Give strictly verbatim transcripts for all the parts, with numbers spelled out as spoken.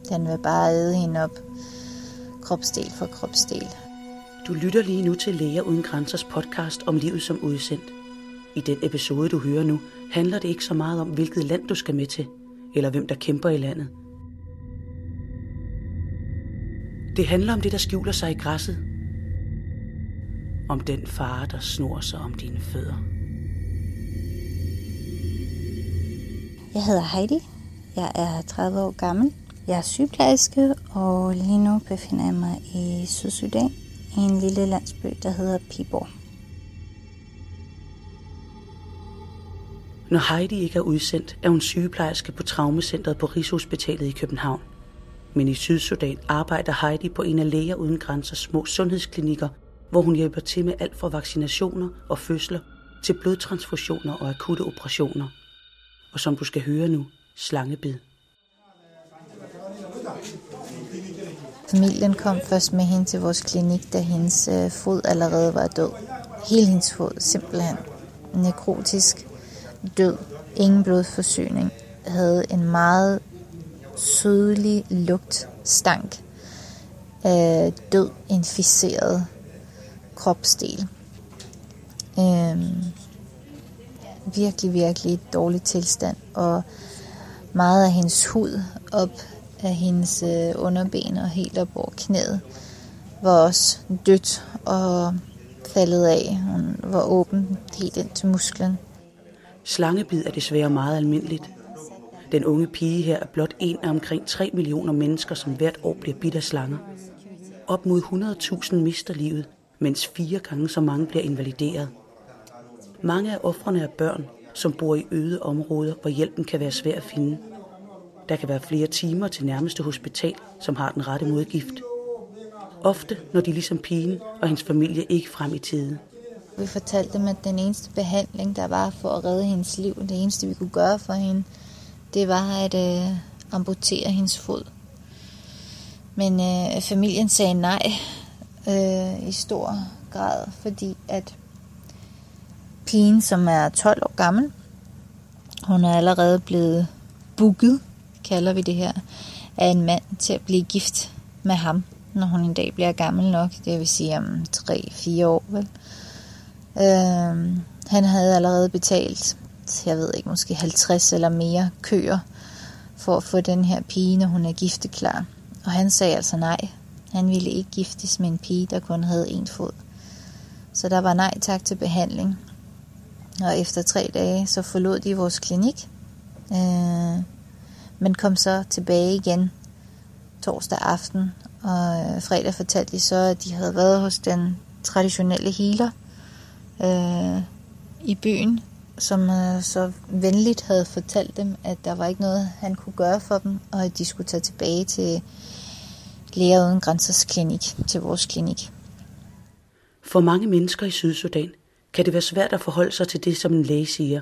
Den vil bare æde hende op, kropsdel for kropsdel. Du lytter lige nu til Læger Uden Grænsers podcast om livet som udsendt. I den episode, du hører nu, handler det ikke så meget om, hvilket land du skal med til, eller hvem der kæmper i landet. Det handler om det, der skjuler sig i græsset. Om den fare, der snor sig om dine fødder. Jeg hedder Heidi. Jeg er tredive år gammel. Jeg er sygeplejerske, og lige nu befinder jeg mig i Sydsudan, i en lille landsby, der hedder Pibor. Når Heidi ikke er udsendt, er hun sygeplejerske på Traumecentret på Rigshospitalet i København. Men i Sydsudan arbejder Heidi på en af Læger Uden Grænsers små sundhedsklinikker, hvor hun hjælper til med alt fra vaccinationer og fødsler til blodtransfusioner og akutte operationer. Og som du skal høre nu, slangebid. Familien kom først med hende til vores klinik, da hendes øh, fod allerede var død. Hele hendes fod, simpelthen nekrotisk, død, ingen blodforsyning, havde en meget sødlig lugt, stank af død, inficeret kropsdel. Øhm, virkelig, virkelig dårlig tilstand, og meget af hendes hud op af hendes øh, underben og helt op over knæet var også dødt og faldet af. Hun var åben helt ind til musklen. Slangebid er desværre meget almindeligt. Den unge pige her er blot en af omkring tre millioner mennesker, som hvert år bliver bidt af slanger. Op mod hundrede tusind mister livet, mens fire gange så mange bliver invalideret. Mange af ofrene er børn, som bor i øde områder, hvor hjælpen kan være svær at finde. Der kan være flere timer til nærmeste hospital, som har den rette modgift. Ofte når de ligesom pigen og hendes familie ikke frem i tide. Vi fortalte dem, at den eneste behandling, der var for at redde hendes liv, det eneste vi kunne gøre for hende, det var at øh, amputere hendes fod. Men øh, familien sagde nej øh, i stor grad, fordi at pigen, som er tolv år gammel, hun er allerede blevet booket, kalder vi det her, af en mand til at blive gift med ham, når hun en dag bliver gammel nok, det vil sige om tre fire år, vel. Øh, han havde allerede betalt, jeg ved ikke, måske halvtreds eller mere køer for at få den her pige, når hun er gifteklar. Og han sagde altså nej. Han ville ikke giftes med en pige, der kun havde en fod. Så der var nej tak til behandling. Og efter tre dage, så forlod de vores klinik. Øh, men kom så tilbage igen torsdag aften. Og fredag fortalte de så, at de havde været hos den traditionelle healer øh, i byen, som øh, så venligt havde fortalt dem, at der var ikke noget, han kunne gøre for dem, og at de skulle tage tilbage til Læger Uden Grænsers klinik, til vores klinik. For mange mennesker i Sydsudan kan det være svært at forholde sig til det, som en læge siger.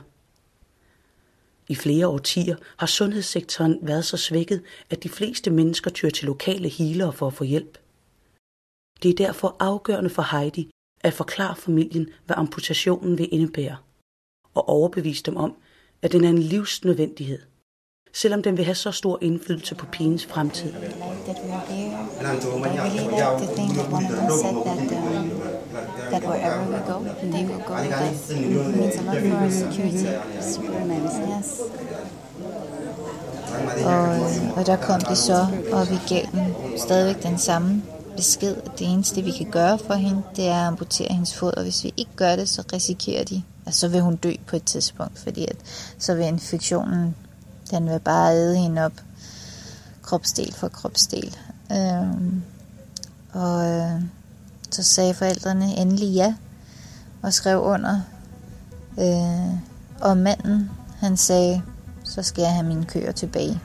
I flere årtier har sundhedssektoren været så svækket, at de fleste mennesker tyr til lokale healere for at få hjælp. Det er derfor afgørende for Heidi at forklare familien, hvad amputationen vil indebære, og overbevise dem om, at den er en livsnødvendighed, selvom den vil have så stor indflydelse på pigens fremtid. Og, og der kom de så, og vi gav dem stadigvæk den samme besked, at det eneste vi kan gøre for hende, det er at amputere hendes fod, og hvis vi ikke gør det, så risikerer de, at så vil hun dø på et tidspunkt, fordi at så vil infektionen, den vil bare æde hende op, kropsdel for kropsdel. Øhm, og øh, så sagde forældrene endelig ja, og skrev under. Øh, og manden, han sagde, så skal jeg have mine køer tilbage.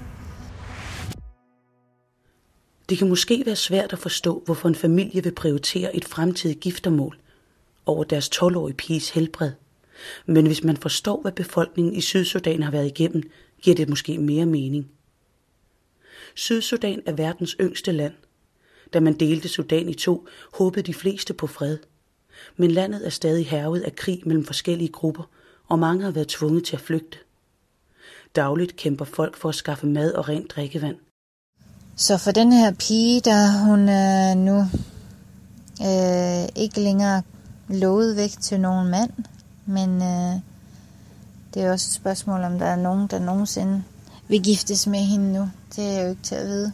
Det kan måske være svært at forstå, hvorfor en familie vil prioritere et fremtidigt giftermål over deres tolv-årige piges helbred. Men hvis man forstår, hvad befolkningen i Sydsudan har været igennem, giver det måske mere mening. Sydsudan er verdens yngste land. Da man delte Sudan i to, håbede de fleste på fred. Men landet er stadig hærget af krig mellem forskellige grupper, og mange har været tvunget til at flygte. Dagligt kæmper folk for at skaffe mad og rent drikkevand. Så for den her pige, der hun er nu øh, ikke længere lovet væk til nogen mand, men øh, det er også et spørgsmål, om der er nogen, der nogensinde vil giftes med hende nu. Det er jo ikke til at vide.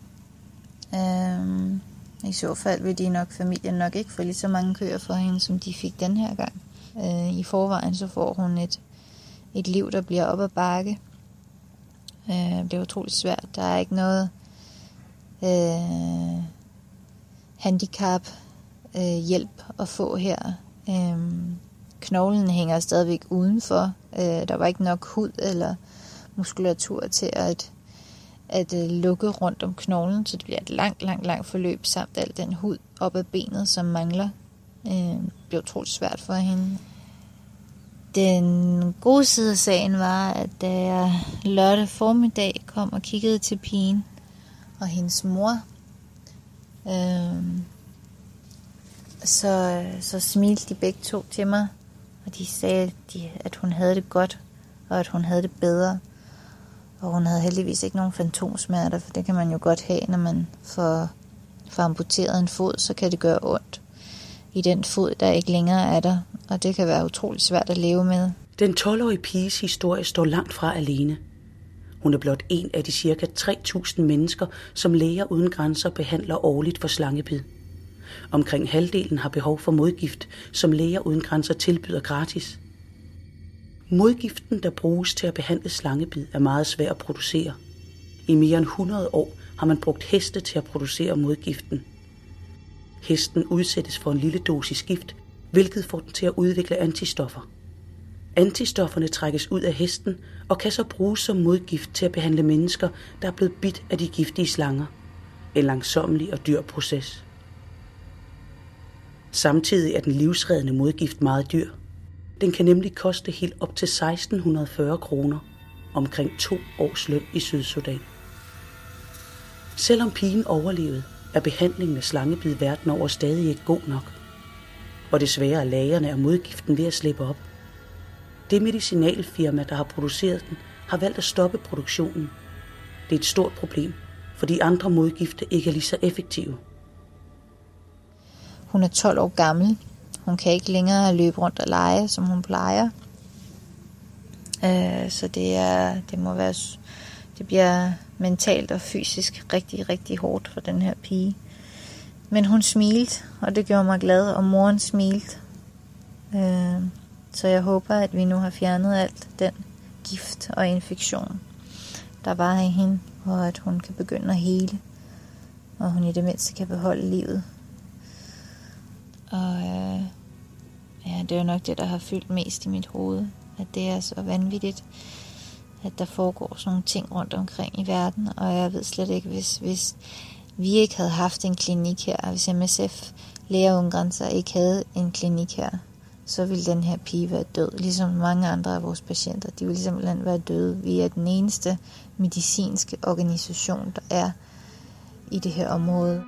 Øh, I så fald vil de nok, familien nok ikke få lige så mange køer for hende, som de fik den her gang. Øh, I forvejen så får hun et, et liv, der bliver op ad bakke. Øh, det er utroligt svært. Der er ikke noget øh, handicap øh, hjælp at få her. Øh, knoglen hænger stadigvæk udenfor. Øh, der var ikke nok hud eller muskulatur til at, at øh, lukke rundt om knoglen, så det bliver et langt, langt, langt forløb samt al den hud op ad benet, som mangler. Øh, det bliver utroligt svært for hende. Den gode side af sagen var, at da jeg lørdag formiddag kom og kiggede til pigen og hendes mor, øh, så, så smilte de begge to til mig, og de sagde, at hun havde det godt, og at hun havde det bedre. Og hun havde heldigvis ikke nogen fantomsmerter, for det kan man jo godt have, når man får, får amputeret en fod, så kan det gøre ondt i den fod, der ikke længere er der, og det kan være utroligt svært at leve med. Den tolv-årige piges historie står langt fra alene. Hun er blot en af de cirka tre tusind mennesker, som Læger Uden Grænser behandler årligt for slangebid. Omkring halvdelen har behov for modgift, som Læger Uden Grænser tilbyder gratis. Modgiften, der bruges til at behandle slangebid, er meget svær at producere. I mere end hundrede år har man brugt heste til at producere modgiften. Hesten udsættes for en lille dosis gift, hvilket får den til at udvikle antistoffer. Antistofferne trækkes ud af hesten og kan så bruges som modgift til at behandle mennesker, der er blevet bidt af de giftige slanger. En langsommelig og dyr proces. Samtidig er den livsreddende modgift meget dyr. Den kan nemlig koste helt op til seksten fyrre kroner, omkring to års løn i Sydsudan. Selvom pigen overlevede, er behandlingen af slangebid verden over stadig ikke god nok. Og desværre er lagerne af modgiften ved at slippe op. Det medicinalfirma, der har produceret den, har valgt at stoppe produktionen. Det er et stort problem, fordi andre modgifter ikke er lige så effektive. Hun er tolv år gammel. Hun kan ikke længere løbe rundt og lege, som hun plejer. Øh, så det, er, det må være, det bliver mentalt og fysisk rigtig, rigtig hårdt for den her pige. Men hun smilte, og det gjorde mig glad, og moren smilte. Øh, så jeg håber, at vi nu har fjernet alt den gift og infektion, der var i hende, og at hun kan begynde at hele, og hun i det mindste kan beholde livet. Og øh, ja, det er jo nok det, der har fyldt mest i mit hoved, at det er så vanvittigt, at der foregår sådan nogle ting rundt omkring i verden, og jeg ved slet ikke, hvis, hvis vi ikke havde haft en klinik her, hvis M S F, Læger Uden Grænser, ikke havde en klinik her, så ville den her pige være død, ligesom mange andre af vores patienter. De ville simpelthen være døde. Vi er den eneste medicinske organisation, der er i det her område.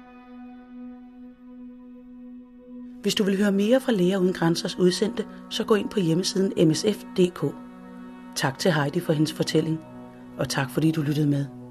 Hvis du vil høre mere fra Læger Uden Grænsers udsendte, så gå ind på hjemmesiden m s f punktum d k. Tak til Heidi for hendes fortælling, og tak fordi du lyttede med.